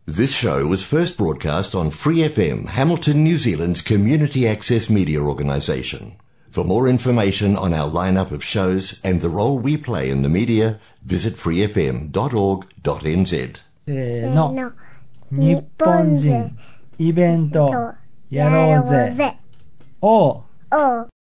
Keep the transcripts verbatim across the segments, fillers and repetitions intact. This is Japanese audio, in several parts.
This show was first broadcast on Free F M, Hamilton, New Zealand's community access media organisation. For more information on our lineup of shows and the role we play in the media, visit free f m dot org dot n z. せーの。日本人イベントやろうぜ。おう。 おう。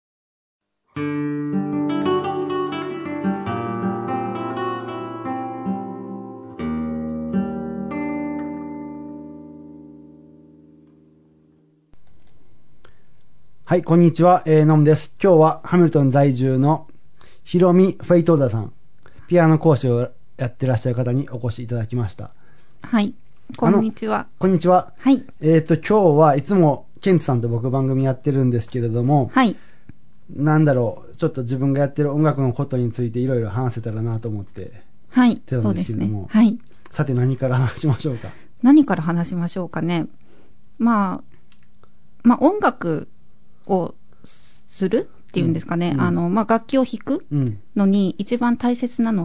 はい、こんにちは、えー、ノムです。今日はハミルトン在住のヒロミ・フェイトーダさん、ピアノ講師をやってらっしゃる方にお越しいただきました。 はい、こんにちは。 こんにちは。 はい。 えっと、今日はいつもケンツさんと僕番組やってるんですけれども、 はい。 なんだろう、ちょっと自分がやってる音楽のことについていろいろ話せたらなと思って、 はい、 てたんですけれども、 はい。 さて何から話しましょうか。 何から話しましょうかね。まあ、まあ音楽をするっていうんですかね、うん、あの、まあ、楽器を弾くのに一番大切なのって、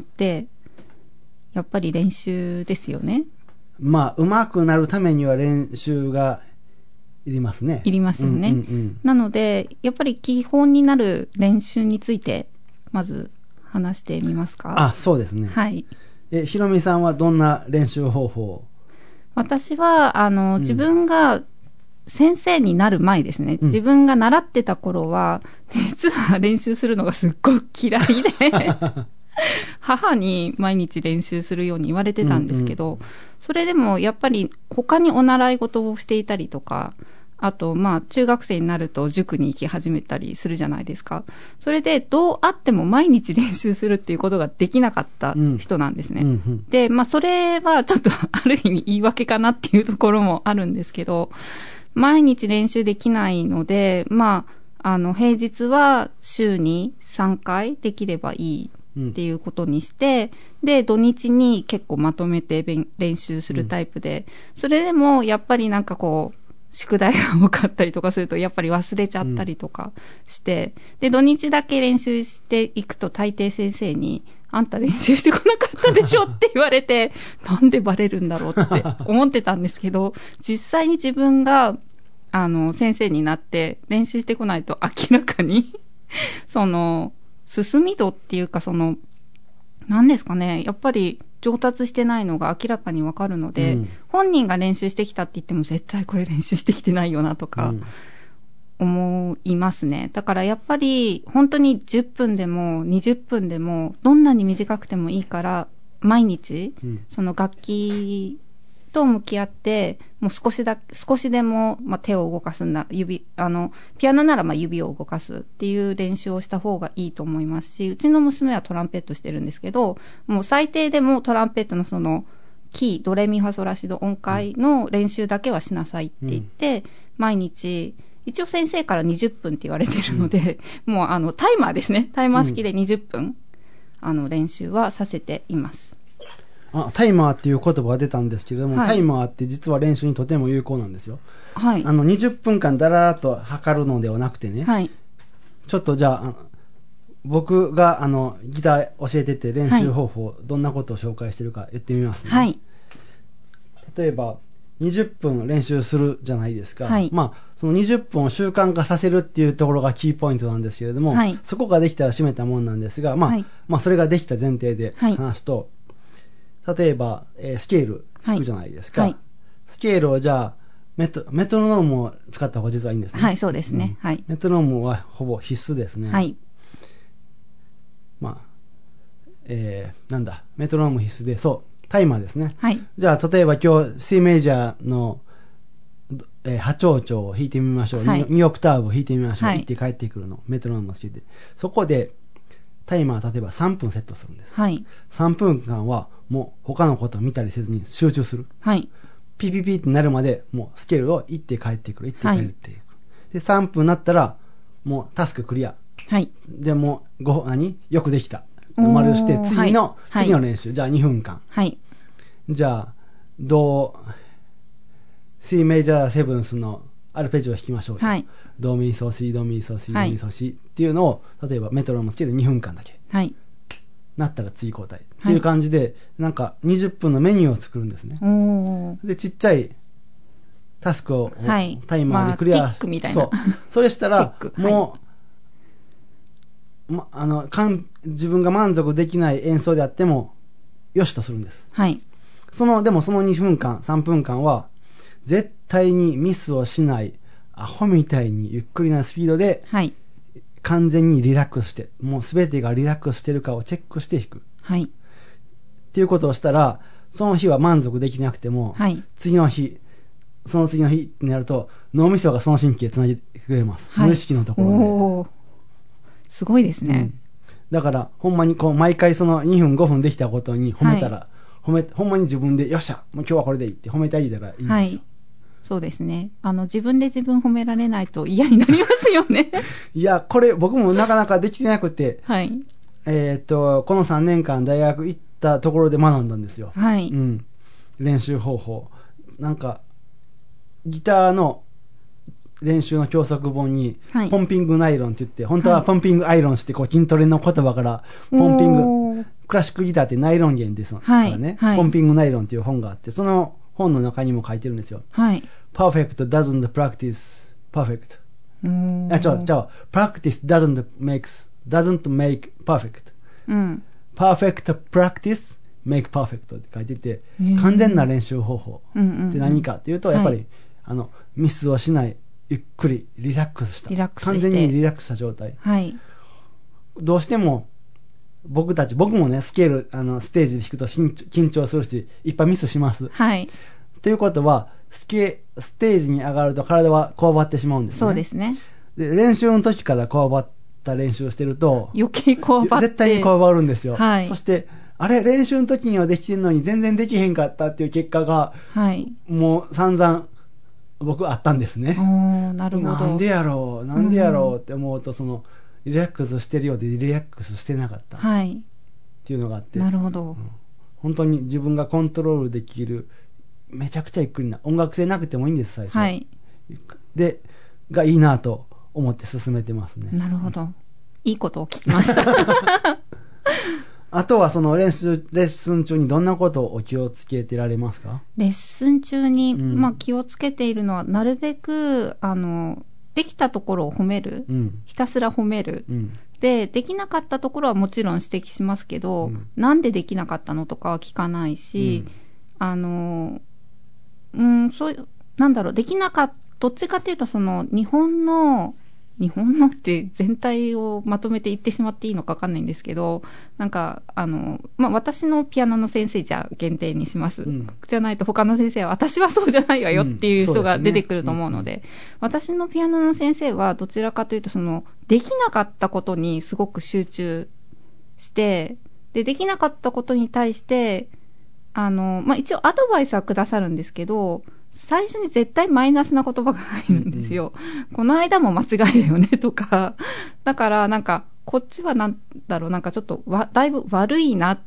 やっぱり練習ですよね。 まあ、上手くなるためには練習がいりますね。 いりますよね。うんうんうん、なので、やっぱり基本になる練習について、まず話してみますか。 あ、そうですね。 はい。 え、ひろみさんはどんな練習方法を？ 私は、あの、自分が、先生になる前ですね、うん。自分が習ってた頃は、実は練習するのがすっごく嫌いで、母に毎日練習するように言われてたんですけど、うんうん、それでもやっぱり他にお習い事をしていたりとか、あとまあ中学生になると塾に行き始めたりするじゃないですか。それでどうあっても毎日練習するっていうことができなかった人なんですね。うんうんうん、で、まあそれはちょっとある意味言い訳かなっていうところもあるんですけど、毎日練習できないので、まあ、あの、平日は週にさんかいできればいいっていうことにして、うん、で、土日に結構まとめて練習するタイプで、うん、それでもやっぱりなんかこう、宿題が多かったりとかすると、やっぱり忘れちゃったりとかして、うん、で、土日だけ練習していくと大抵先生に、あんた練習してこなかったでしょって言われて、なんでバレるんだろうって思ってたんですけど、実際に自分が、あの、先生になって練習してこないと明らかに、その、進み度っていうかその、何ですかね、やっぱり上達してないのが明らかにわかるので、うん、本人が練習してきたって言っても絶対これ練習してきてないよなとか、うん思いますね。だからやっぱり本当にじゅっぷんでもにじゅっぷんでもどんなに短くてもいいから毎日その楽器と向き合ってもう少しだ少しでもまあ手を動かすんなら指あのピアノならまあ指を動かすっていう練習をした方がいいと思いますし、うちの娘はトランペットしてるんですけど、もう最低でもトランペットのそのキードレミファソラシド音階の練習だけはしなさいって言って、うん、毎日一応先生からにじゅっぷんって言われてるので、うん、もうあのタイマーですね。タイマー式でにじゅっぷん、うん、あの練習はさせています。 あ、タイマーっていう言葉が出たんですけれども、はい、タイマーって実は練習にとても有効なんですよ。はい。あのにじゅっぷんかんだらーっと測るのではなくてね。はい。ちょっとじゃあ、僕があのギター教えてて練習方法、はい、どんなことを紹介してるか言ってみますね。はい。例えば、にじゅっぷん練習するじゃないですか。はい。まあ、そのにじゅっぷんを習慣化させるっていうところがキーポイントなんですけれども、はい。そこができたら締めたもんなんですが、まあ、はい、まあ、それができた前提で話すと、はい、例えば、えー、スケール弾くじゃないですか。はい。スケールをじゃあ、メト、メトロノームを使った方が実はいいんですね。 はい、そうですね。うん、はい。 メトロノームはほぼ必須ですね。はい。まあ、えー、なんだ、メトロノーム必須で、そう。タイマーですね。はい。じゃあ、例えば今日 C メジャーの、えー、波長長を弾いてみましょう。はい、にオクターブを弾いてみましょう。はい、行って帰ってくるの。メトロノームをつけて。そこで、タイマー例えばさんぷんセットするんです。はい。さんぷんかんはもう他のことを見たりせずに集中する。はい。ピピピってなるまでもうスケールを行って帰ってくる。行って帰ってくる。はい、で、さんぷんになったら、もうタスククリア。はい。で、もう、ご、何よくできた。丸して、次の、はい、次の練習。じゃあにふんかん。はい。じゃあ、ド、C メジャーセブンスのアルペジオを弾きましょうと。はい。ドミソシドミソシドミソシっていうのを、例えばメトロノームつけてにふんかんだけ。はい。 なったら次交代っていう感じで、はい、なんかにじゅっぷんのメニューを作るんですね。でちっちゃいタスクを、はい、タイマーでクリア、まあ、ティックみたいな。そう。それしたらもう、はい、ま、あのかん自分が満足できない演奏であってもよしとするんです。 はい。 そのでもそのにふんかんさんぷんかんは絶対にミスをしないアホみたいにゆっくりなスピードで、はい、完全にリラックスして、もうすべてがリラックスしてるかをチェックして弾く。 はい。 っていうことをしたら、その日は満足できなくても、はい、次の日、その次の日ってなると、脳みそがその神経つなげてくれます。はい、無意識のところで。おー、 すごいですね。うん、 だから、ほんまにこう、毎回そのにふんごふんできたことに褒めたら、はい、褒め、ほんまに自分で、よっしゃ、もう今日はこれでいいって褒めてあげたらいいんですよ。はい。 そうですね。あの、自分で自分褒められないと嫌になりますよね。 いや、これ僕もなかなかできてなくて、 はい。 えっと、このさんねんかん大学行ったところで学んだんですよ。 はい。 うん。練習方法。なんか、ギターの練習の教則本に、はい、ポンピングナイロンって言って、本当はポンピングアイロンして、こう筋トレの言葉から、ポンピング、クラシックギターってナイロン弦ですからね、はいはい、ポンピングナイロンっていう本があって、その本の中にも書いてるんですよ。 はい。 Perfect doesn't practice perfect. あ、違う、違う。Practice doesn't makes, doesn't make perfect. うん。 Perfect practice make perfect って書いてて、完全な練習方法って何かっていうと、やっぱり、はい、あの、ミスをしない、ゆっくりリラックスした。 リラックスして。 完全にリラックスした状態。 はい。 どうしても、僕たち、僕もね、スケール、あの、ステージで弾くと緊張するし、いっぱいミスします。 はい。 ということは、スケ、ステージに上がると体はこわばってしまうんですね。 そうですね。 で、練習の時からこわばった練習をしてると、 余計こわばって。 絶対にこわばるんですよ。 はい。 そして、あれ、練習の時にはできてるのに全然できへんかったっていう結果が、 はい。 もう散々、僕あったんですね。 おー、なるほど。 なんでやろう、なんでやろうって思うと、その、リラックスしてるようでリラックスしてなかった。 はい。 っていうのがあって。 なるほど、うん。 本当に自分がコントロールできる、めちゃくちゃゆっくりな、音楽性なくてもいいんです、最初。 はい。 で、がいいなと思って進めてますね。 なるほど。うん、いいことを聞きました。 あとはその練習、レッスン中にどんなことをお気をつけてられますか？ レッスン中に、うん、まあ気をつけているのは、なるべく、あの、できたところを褒める。うん、ひたすら褒める。うん、で、できなかったところはもちろん指摘しますけど、うん、なんでできなかったのとかは聞かないし、うん、あの、うん、そういう、なんだろう、できなかった、どっちかっていうと、その、日本の、日本のって全体をまとめて言ってしまっていいのかわかんないんですけど、なんか、あの、まあ、私のピアノの先生じゃ限定にします。うん、じゃないと他の先生は、私はそうじゃないわよっていう人が出てくると思うので、うんでねうんうん、私のピアノの先生はどちらかというと、その、できなかったことにすごく集中して、で、できなかったことに対して、あの、まあ、一応アドバイスはくださるんですけど、最初に絶対マイナスな言葉が入るんですよ。うんうん、この間も間違いだよねとか。だからなんか、こっちはなんだろう、なんかちょっとわ、だいぶ悪いなって、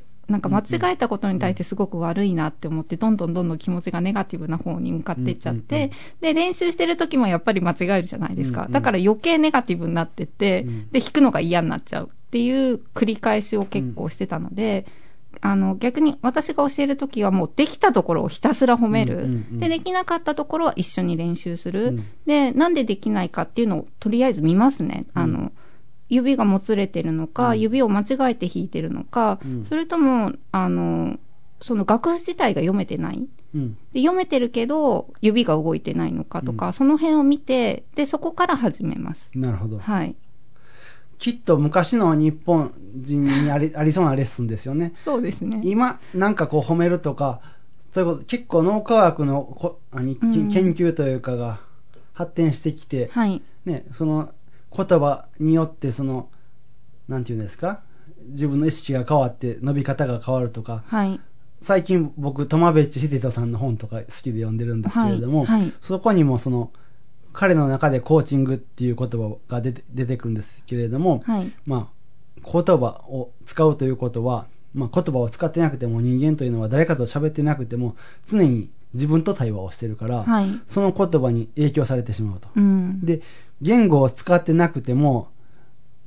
なんか間違えたことに対してすごく悪いなって思って、どんどんどんどん気持ちがネガティブな方に向かっていっちゃって、うんうんうん、で、練習してる時もやっぱり間違えるじゃないですか。うんうん、だから余計ネガティブになってって、うん、で、弾くのが嫌になっちゃうっていう繰り返しを結構してたので、うんあの、逆に私が教えるときはもうできたところをひたすら褒める、うんうんうん。で、できなかったところは一緒に練習する、うん。で、なんでできないかっていうのをとりあえず見ますね。うん、あの、指がもつれてるのか、うん、指を間違えて弾いてるのか、うん、それとも、あの、その楽譜自体が読めてない、うん、で読めてるけど、指が動いてないのかとか、うん、その辺を見て、で、そこから始めます。 なるほど。 はい。 きっと昔の日本人にあり、ありそうなレッスンですよね。 そうですね。 今、なんかこう褒めるとか、そういうこと、結構脳科学のこあに、うん、研究というかが発展してきて、 はい、 ね、その言葉によってその、なんていうんですか、自分の意識が変わって伸び方が変わるとか、 はい、 最近僕、トマベッチ秀人さんの本とか好きで読んでるんですけれども、 はいはい、 そこにもその、彼の中でコーチングっていう言葉が出て、出てくるんですけれども、 はい、 まあ、言葉を使うということは、まあ、言葉を使ってなくても人間というのは誰かと喋ってなくても常に自分と対話をしてるから、 はい、 その言葉に影響されてしまうと、 うん、 で、言語を使ってなくても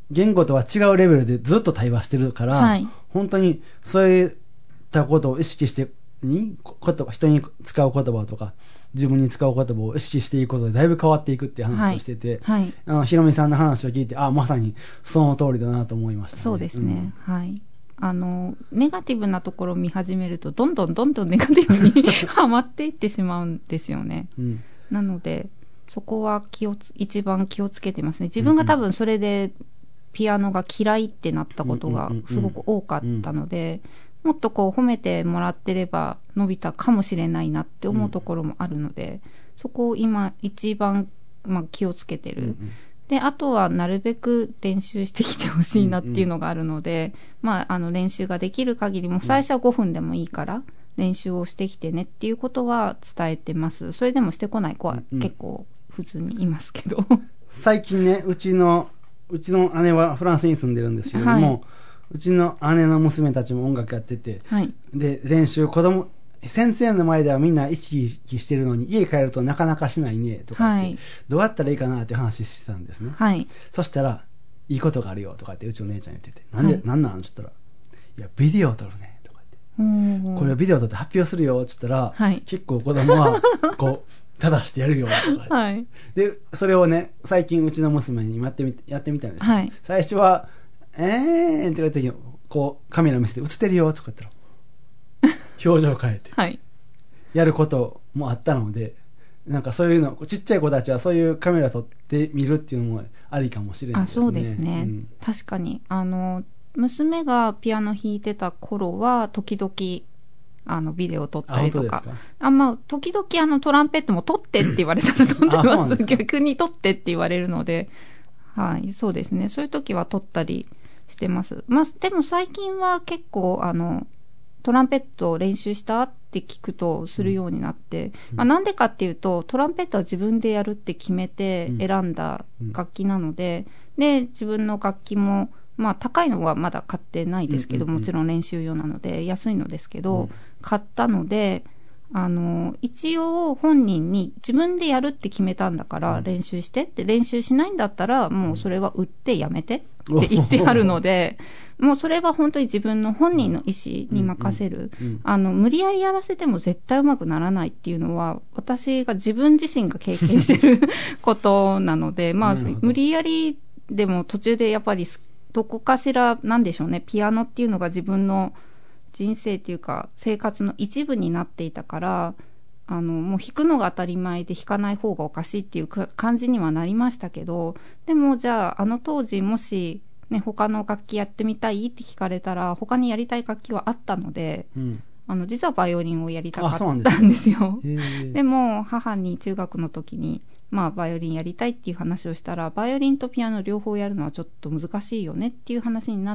言語とは違うレベルでずっと対話してるから、はい、本当にそういったことを意識してに言葉人に使う言葉とか自分に使う言葉を意識していくことでだいぶ変わっていくっていう話をしてて、はいはい、あのひろみさんの話を聞いてあまさにその通りだなと思いましたね。 そうですね、うん、はいあのネガティブなところを見始めるとどんどんどんどんネガティブにはまっていってしまうんですよね、うん、なのでそこは気をつ一番気をつけてますね。自分が多分それでピアノが嫌いってなったことがすごく多かったので、もっとこう褒めてもらってれば伸びたかもしれないなって思うところもあるので、そこを今一番、まあ、気をつけてる、うんうん、であとはなるべく練習してきてほしいなっていうのがあるので、うんうん、まあ、あの練習ができる限りも最初はごふんでもいいから練習をしてきてねっていうことは伝えてます。それでもしてこない子は結構普通にいますけど、うん、 最近ねうちのうちの姉はフランスに住んでるんですけれども、はい、うちの姉の娘たちも音楽やってて、はい、で練習子供先生の前ではみんな意識してるのに家帰るとなかなかしないねとかって、はい、どうやったらいいかなって話してたんですね、はい、そしたらいいことがあるよとかってうちの姉ちゃん言っててなんで、はい、なんなんって言ったらいやビデオを撮るねとかってこれをビデオを撮って発表するよって言ったら、はい、結構子供はこう正してやるよとか、はい、でそれをね最近うちの娘にやってみやってみたんですよ、はい、最初はえーって言われてこうカメラ見せて映ってるよとか言ったら表情変えてやることもあったので、なんかそういうのちっちゃい子たちはそういうカメラ撮ってみるっていうのもありかもしれないですね。 あ、そうですね、うん、確かにあの娘がピアノ弾いてた頃は時々あのビデオ撮ったりとか、あ、まあ、時々あのトランペットも撮ってって言われたら撮ってます逆に撮ってって言われるので、はい、そうですね、そういう時は撮ったりしてます。まあ、でも最近は結構あのトランペットを練習したって聞くとするようになって、うんまあ、なんでかっていうとトランペットは自分でやるって決めて選んだ楽器なので、うん、で自分の楽器もまあ高いのはまだ買ってないですけど、うんうんうん、もちろん練習用なので安いのですけど、うん、買ったのであの一応本人に自分でやるって決めたんだから練習してって、練習しないんだったらもうそれは売ってやめてって言ってあるので、もうそれは本当に自分の本人の意思に任せる、うんうん、あの無理やりやらせても絶対うまくならないっていうのは私が自分自身が経験してることなのでまあ無理やりでも途中でやっぱりどこかしらなんでしょうね、ピアノっていうのが自分の人生っていうか生活の一部になっていたから、あのもう弾くのが当たり前で弾かない方がおかしいっていう感じにはなりましたけど、でもじゃああの当時もし、ね、他の楽器やってみたいって聞かれたら他にやりたい楽器はあったので、うん、あの実はバイオリンをやりたかったんですよ。でも母に中学の時にまあバイオリンやりたいっていう話をしたら、バイオリンとピアノ両方やるのはちょっと難しいよねっていう話になって、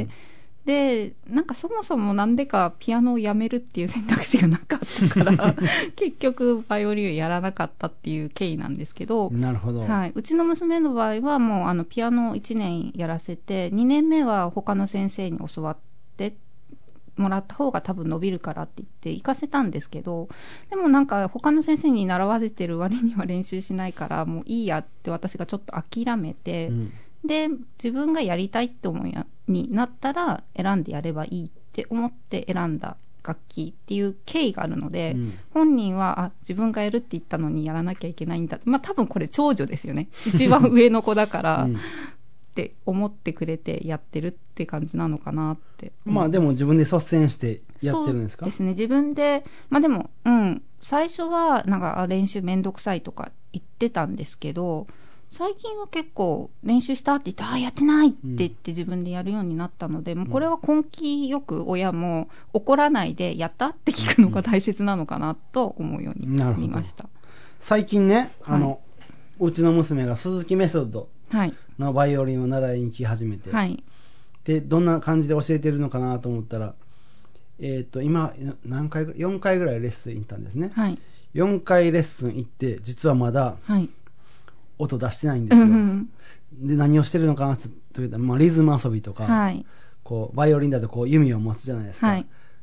うんでなんかそもそもなんでかピアノをやめるっていう選択肢がなかったから結局バイオリンをやらなかったっていう経緯なんですけど、 なるほど、 はい、うちの娘の場合はもうあのピアノをいちねんやらせてにねんめは他の先生に教わってもらった方が多分伸びるからって言って行かせたんですけど、でもなんか他の先生に習わせてる割には練習しないからもういいやって私がちょっと諦めて、うんで自分がやりたいって思いになったら選んでやればいいって思って選んだ楽器っていう経緯があるので、うん、本人はあ自分がやるって言ったのにやらなきゃいけないんだ、まあ多分これ長女ですよね一番上の子だから、うん、って思ってくれてやってるって感じなのかなって。 まあでも自分で率先してやってるんですか？ そうですね、自分でまあでもうん最初はなんか練習めんどくさいとか言ってたんですけど、最近は結構練習したって言ってああやってないって言って自分でやるようになったので、うん、もうこれは根気よく親も怒らないでやったって聞くのが大切なのかなと思うようになりました、うん、 最近ねあの、はい、うちの娘が鈴木メソッドのバイオリンを習いに来始めて、はい、でどんな感じで教えてるのかなと思ったら、えー、と今何回よんかいぐらいレッスン行ったんですね、はい、よんかいレッスン行って実はまだ、はい音出してないんですよ、うん、で何をしてるのかなというと、まあ、リズム遊びとか、はい、こうバイオリンだとこう弓を持つじゃないですか、はい、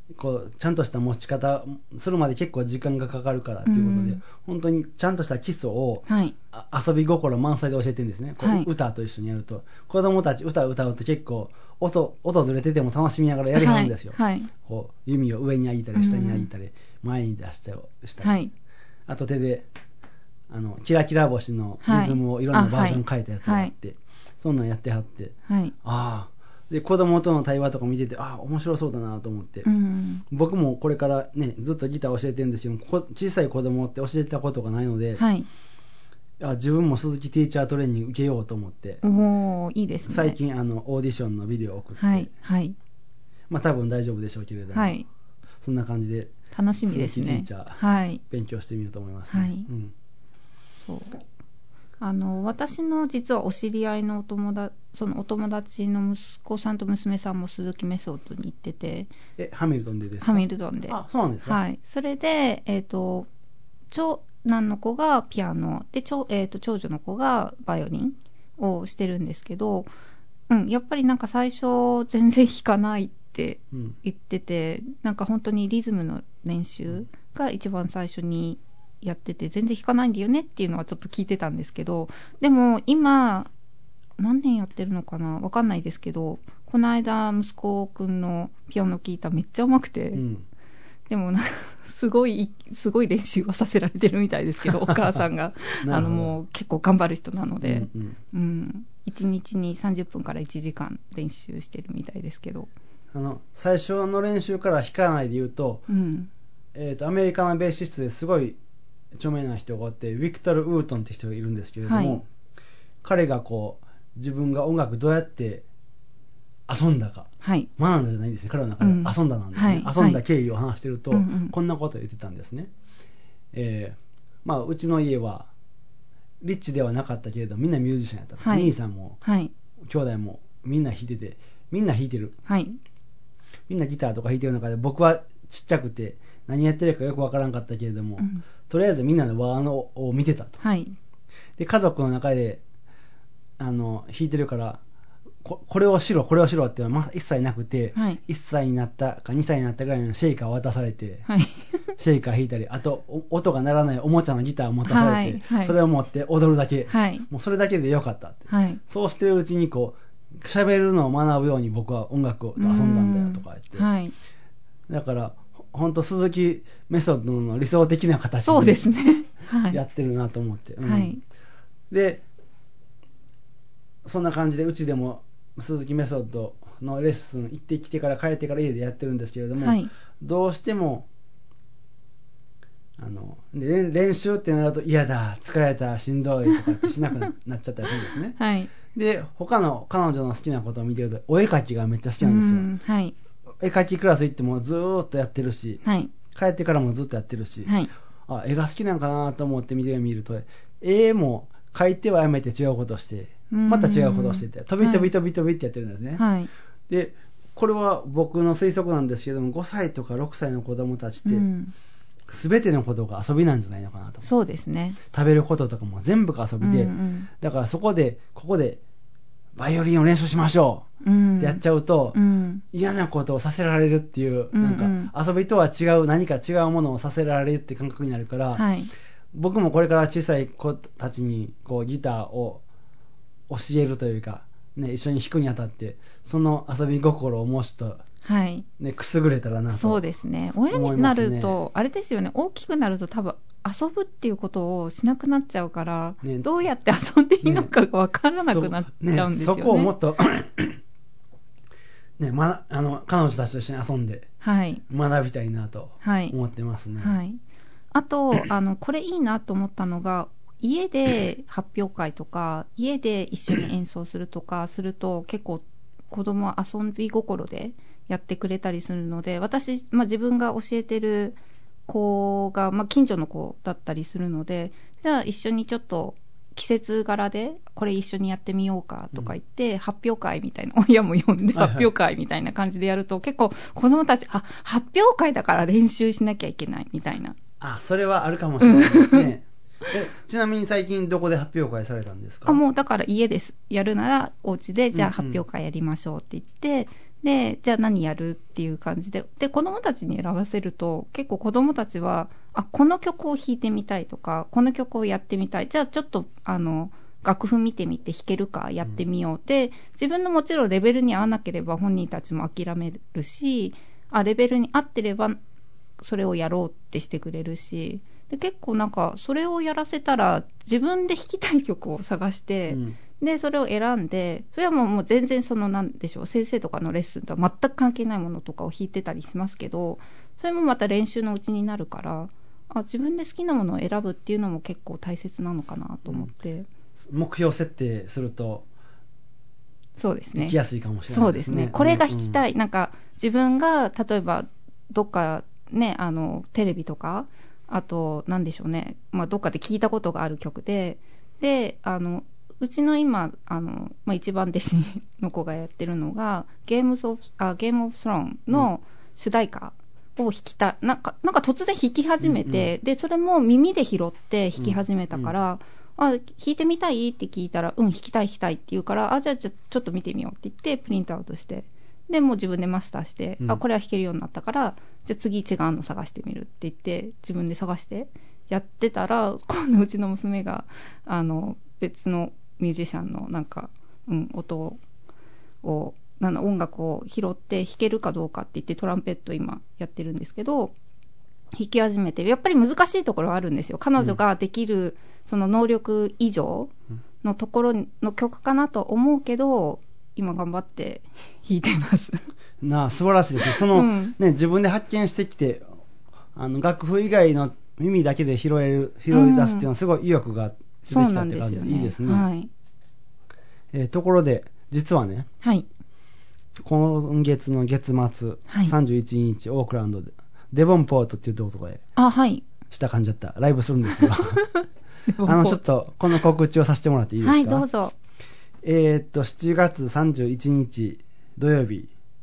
こうちゃんとした持ち方するまで結構時間がかかるからということで、うん、本当にちゃんとした基礎を、はい、遊び心満載で教えてるんですね。こう、はい、歌と一緒にやると子供たち歌を歌うと結構 音, 音ずれてても楽しみながらやりはるんですよ、はいはい、こう弓を上に上げたり下に上げたり、うん、前に出したりしたり、はい、あと手であのキラキラ星のリズムをいろんなバージョン変えたやつがあって、はい、そんなんやってはって、はい、ああで子供との対話とか見てて、ああ面白そうだなと思って、うん、僕もこれからねずっとギター教えてるんですけども、小さい子供って教えたことがないので、はい、あ自分も鈴木ティーチャートレーニング受けようと思って、 おいいですね、 最近あのオーディションのビデオを送って、はいはい、まあ多分大丈夫でしょうけれども、はい、そんな感じで楽しみですね、鈴木ティーチャー、はい、 勉強してみようと思いますね、はいうん、 そうあの私の実はお知り合いのお友達そのお友達の息子さんと娘さんも鈴木メソッドに行ってて、 えハミルトンでですか？ ハミルトンで、 あそうなんですか、 はい、それで、えーと、長男の子がピアノで、長、えーと、長女の子がバイオリンをしてるんですけど、うん、やっぱりなんか最初全然弾かないって言ってて、うん、なんか本当にリズムの練習が一番最初にやってて全然弾かないんだよねっていうのはちょっと聞いてたんですけど、でも今何年やってるのかなわかんないですけど、この間息子くんのピアノ聞いたらめっちゃ上手くて、うん、でもなんかすごいすごい練習をさせられてるみたいですけどお母さんがあのもう結構頑張る人なので、うんうんうん、いちにちにさんじゅっぷんからいちじかん練習してるみたいですけど、 あの最初の練習から弾かないで言うと、うんえーと、アメリカのベーシストですごい著名な人がおって、ウィクトル・ウートンって人がいるんですけれども、はい、彼がこう自分が音楽どうやって遊んだか、はい、学んだじゃないんですね、彼の中で遊んだなんですね、うん、遊んだ経緯を話してると、はい、こんなことを言ってたんですね、えーまあ、うちの家はリッチではなかったけれどみんなミュージシャンやった、はい、兄さんも、はい、兄弟もみんな弾いてて、みんな弾いてる、はい、みんなギターとか弾いてる中で僕はちっちゃくて何やってるかよくわからんかったけれども、うん、とりあえずみんなのワーのを見てたと、はい、で家族の中であの弾いてるからこ, これをしろこれをしろっていうのはまあ一切なくて、はい、いっさいになったかにさいになったぐらいのシェイカーを渡されて、はい、シェイカー弾いたり、あと音が鳴らないおもちゃのギターを持たされて、はいはい、それを持って踊るだけ、はい、もうそれだけでよかったって、はい、そうしてるうちにこう喋るのを学ぶように僕は音楽と遊んだんだよとか言って、はい、だから本当鈴木メソッドの理想的な形そうですね、 はい、やってるなと思って、うんはい、でそんな感じでうちでも鈴木メソッドのレッスン行ってきてから帰ってから家でやってるんですけれども、はい、どうしてもあの練習ってなると嫌だ疲れたしんどいとかってしなくなっちゃったりするんですね、はい、で他の彼女の好きなことを見てるとお絵描きがめっちゃ好きなんですよ、はい、絵描きクラス行ってもずーっとやってるし、はい、帰ってからもずっとやってるし、はい、あ絵が好きなんかなと思って見てみると絵も描いてはやめて違うことをしてまた違うことをしてて飛び飛び飛び飛びってやってるんですね、はい、でこれは僕の推測なんですけどもごさいとかろくさいの子供たちって全てのことが遊びなんじゃないのかなと。 そうですね、 食べることとかも全部が遊びで、うんうん、だからそこでここでバイオリンを練習しましょうってやっちゃうと、うん、嫌なことをさせられるっていう、うんうん、なんか遊びとは違う何か違うものをさせられるって感覚になるから、はい、僕もこれから小さい子たちにこうギターを教えるというか、ね、一緒に弾くにあたってその遊び心をもうちょっと、はいね、くすぐれたらなと、 そうですね、親になるとあれですよね、大きくなると多分遊ぶっていうことをしなくなっちゃうから、ね、どうやって遊んでいいのかが分からなくなっちゃうんですよね。 そ, ねそこをもっとね、ま、あの彼女たちと一緒に遊んで学びたいなと思ってますね、はいはい、 あとあのこれいいなと思ったのが家で発表会とか家で一緒に演奏するとかすると結構子供は遊び心でやってくれたりするので、私、まあ、自分が教えてる子が、まあ、近所の子だったりするので、じゃあ一緒にちょっと季節柄でこれ一緒にやってみようかとか言って、うん、発表会みたいな、親も呼んで発表会みたいな感じでやると、はいはい、結構子供たちあ発表会だから練習しなきゃいけないみたいな、 あそれはあるかもしれないですねえちなみに最近どこで発表会されたんですか？ あもうだから家です。やるならお家でじゃあ発表会やりましょうって言って、うんうん、 で、じゃあ何やるっていう感じで。で、子供たちに選ばせると、結構子供たちは、あ、この曲を弾いてみたいとか、この曲をやってみたい。じゃあちょっと、あの、楽譜見てみて弾けるかやってみよう。で、自分のもちろんレベルに合わなければ本人たちも諦めるし、あ、レベルに合ってれば、それをやろうってしてくれるし、で結構なんか、それをやらせたら、自分で弾きたい曲を探して、うんで、それを選んで、それはもうもう全然そのなんでしょう、先生とかのレッスンとは全く関係ないものとかを弾いてたりしますけど、それもまた練習のうちになるから、あ、自分で好きなものを選ぶっていうのも結構大切なのかなと思って。うん、 目標設定すると、 そうですね。 弾きやすいかもしれないですね。 そうですね。これが弾きたい。うん、なんか、自分が、例えば、どっかね、あの、テレビとか、あと、なんでしょうね、まあ、どっかで聞いたことがある曲で、で、あの、うちの今、あの、まあ、一番弟子の子がやってるのが、ゲームズオブ、あ、ゲームオブスローンの主題歌を弾きたい、うん、なんか、なんか突然弾き始めて、うんうん、で、それも耳で拾って弾き始めたから、うんうん、あ、弾いてみたいって聞いたら、うん、弾きたい弾きたいって言うから、あ、じゃあちょ、ちょっと見てみようって言って、プリントアウトして、で、もう自分でマスターして、うん、あ、これは弾けるようになったから、じゃあ次違うの探してみるって言って、自分で探してやってたら、今度うちの娘が、あの、別のミュージシャンのなんか、うん、音を、なんだ、音楽を拾って弾けるかどうかって言ってトランペット今やってるんですけど、弾き始めて、やっぱり難しいところはあるんですよ。彼女ができる、その能力以上のところの曲かなと思うけど、今頑張って弾いてます。 なあ、素晴らしいですね。その、うん、ね、自分で発見してきて、あの、楽譜以外の耳だけで拾える、拾い出すっていうのはすごい意欲が出てきたって感じでいいですね。はい。えー、ところで、実はね、 はい。 今月の月末、はい、さんじゅういちにち、オークランドで、デボンポートっていうところで、 あ、はい。 した感じだった。ライブするんですよ。あの、ちょっと、この告知をさせてもらっていいですか？ はい、どうぞ。 えー、っと、しちがつさんじゅういちにち土曜日、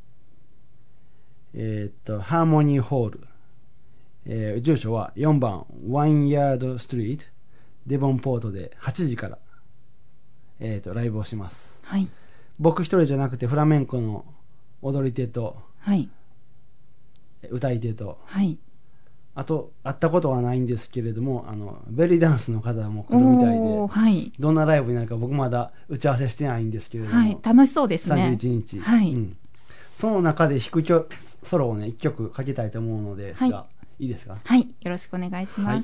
えー、っと、ハーモニーホール、えー、住所はよんばんワインヤードストリート、デボンポートではちじから、えー、っと、ライブをします。 はい。 僕一人じゃなくてフラメンコの踊り手と、 はい。 歌い手と、 はい。 あと、会ったことはないんですけれども、あの、ベリーダンスの方も来るみたいで、 はい、 どんなライブになるか僕まだ打ち合わせしてないんですけれども、はい、 楽しそうですね。 さんじゅういちにち。 はい、 うん。その中で弾く曲、ソロをね、いっきょくかけたいと思うのですが、はい、いいですか？ はい、よろしくお願いします。はい、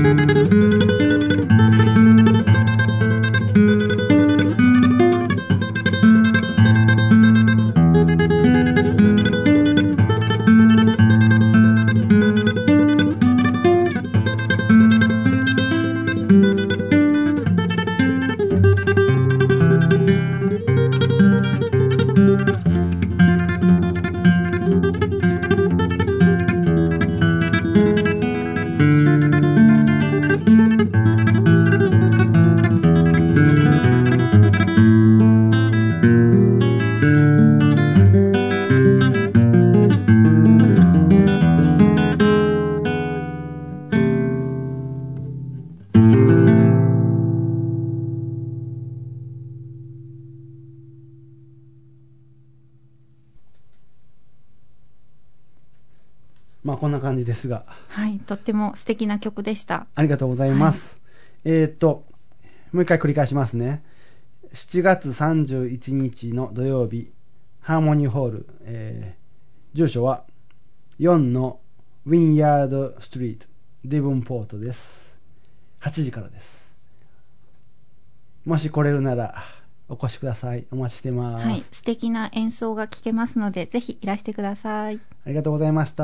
まあこんな感じですが、 はい、とっても素敵な曲でした。 ありがとうございます。はい、えっともう一回繰り返しますね。しちがつさんじゅういちにちの土曜日、ハーモニーホール、えー、住所はよんのウィンヤードストリート、ディボンポートです。はちじからです。もし来れるならお越しください。お待ちしてます。 はい、素敵な演奏が聴けますので、ぜひいらしてください。 ありがとうございました。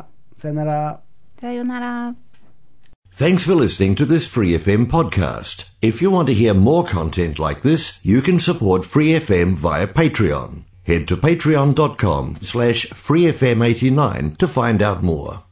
さよなら。 さよなら。 Thanks for listening to this Free F M podcast. If you want to hear more content like this, you can support Free F M via Patreon. Head to patreon dot com slash free f m eighty nine to find out more.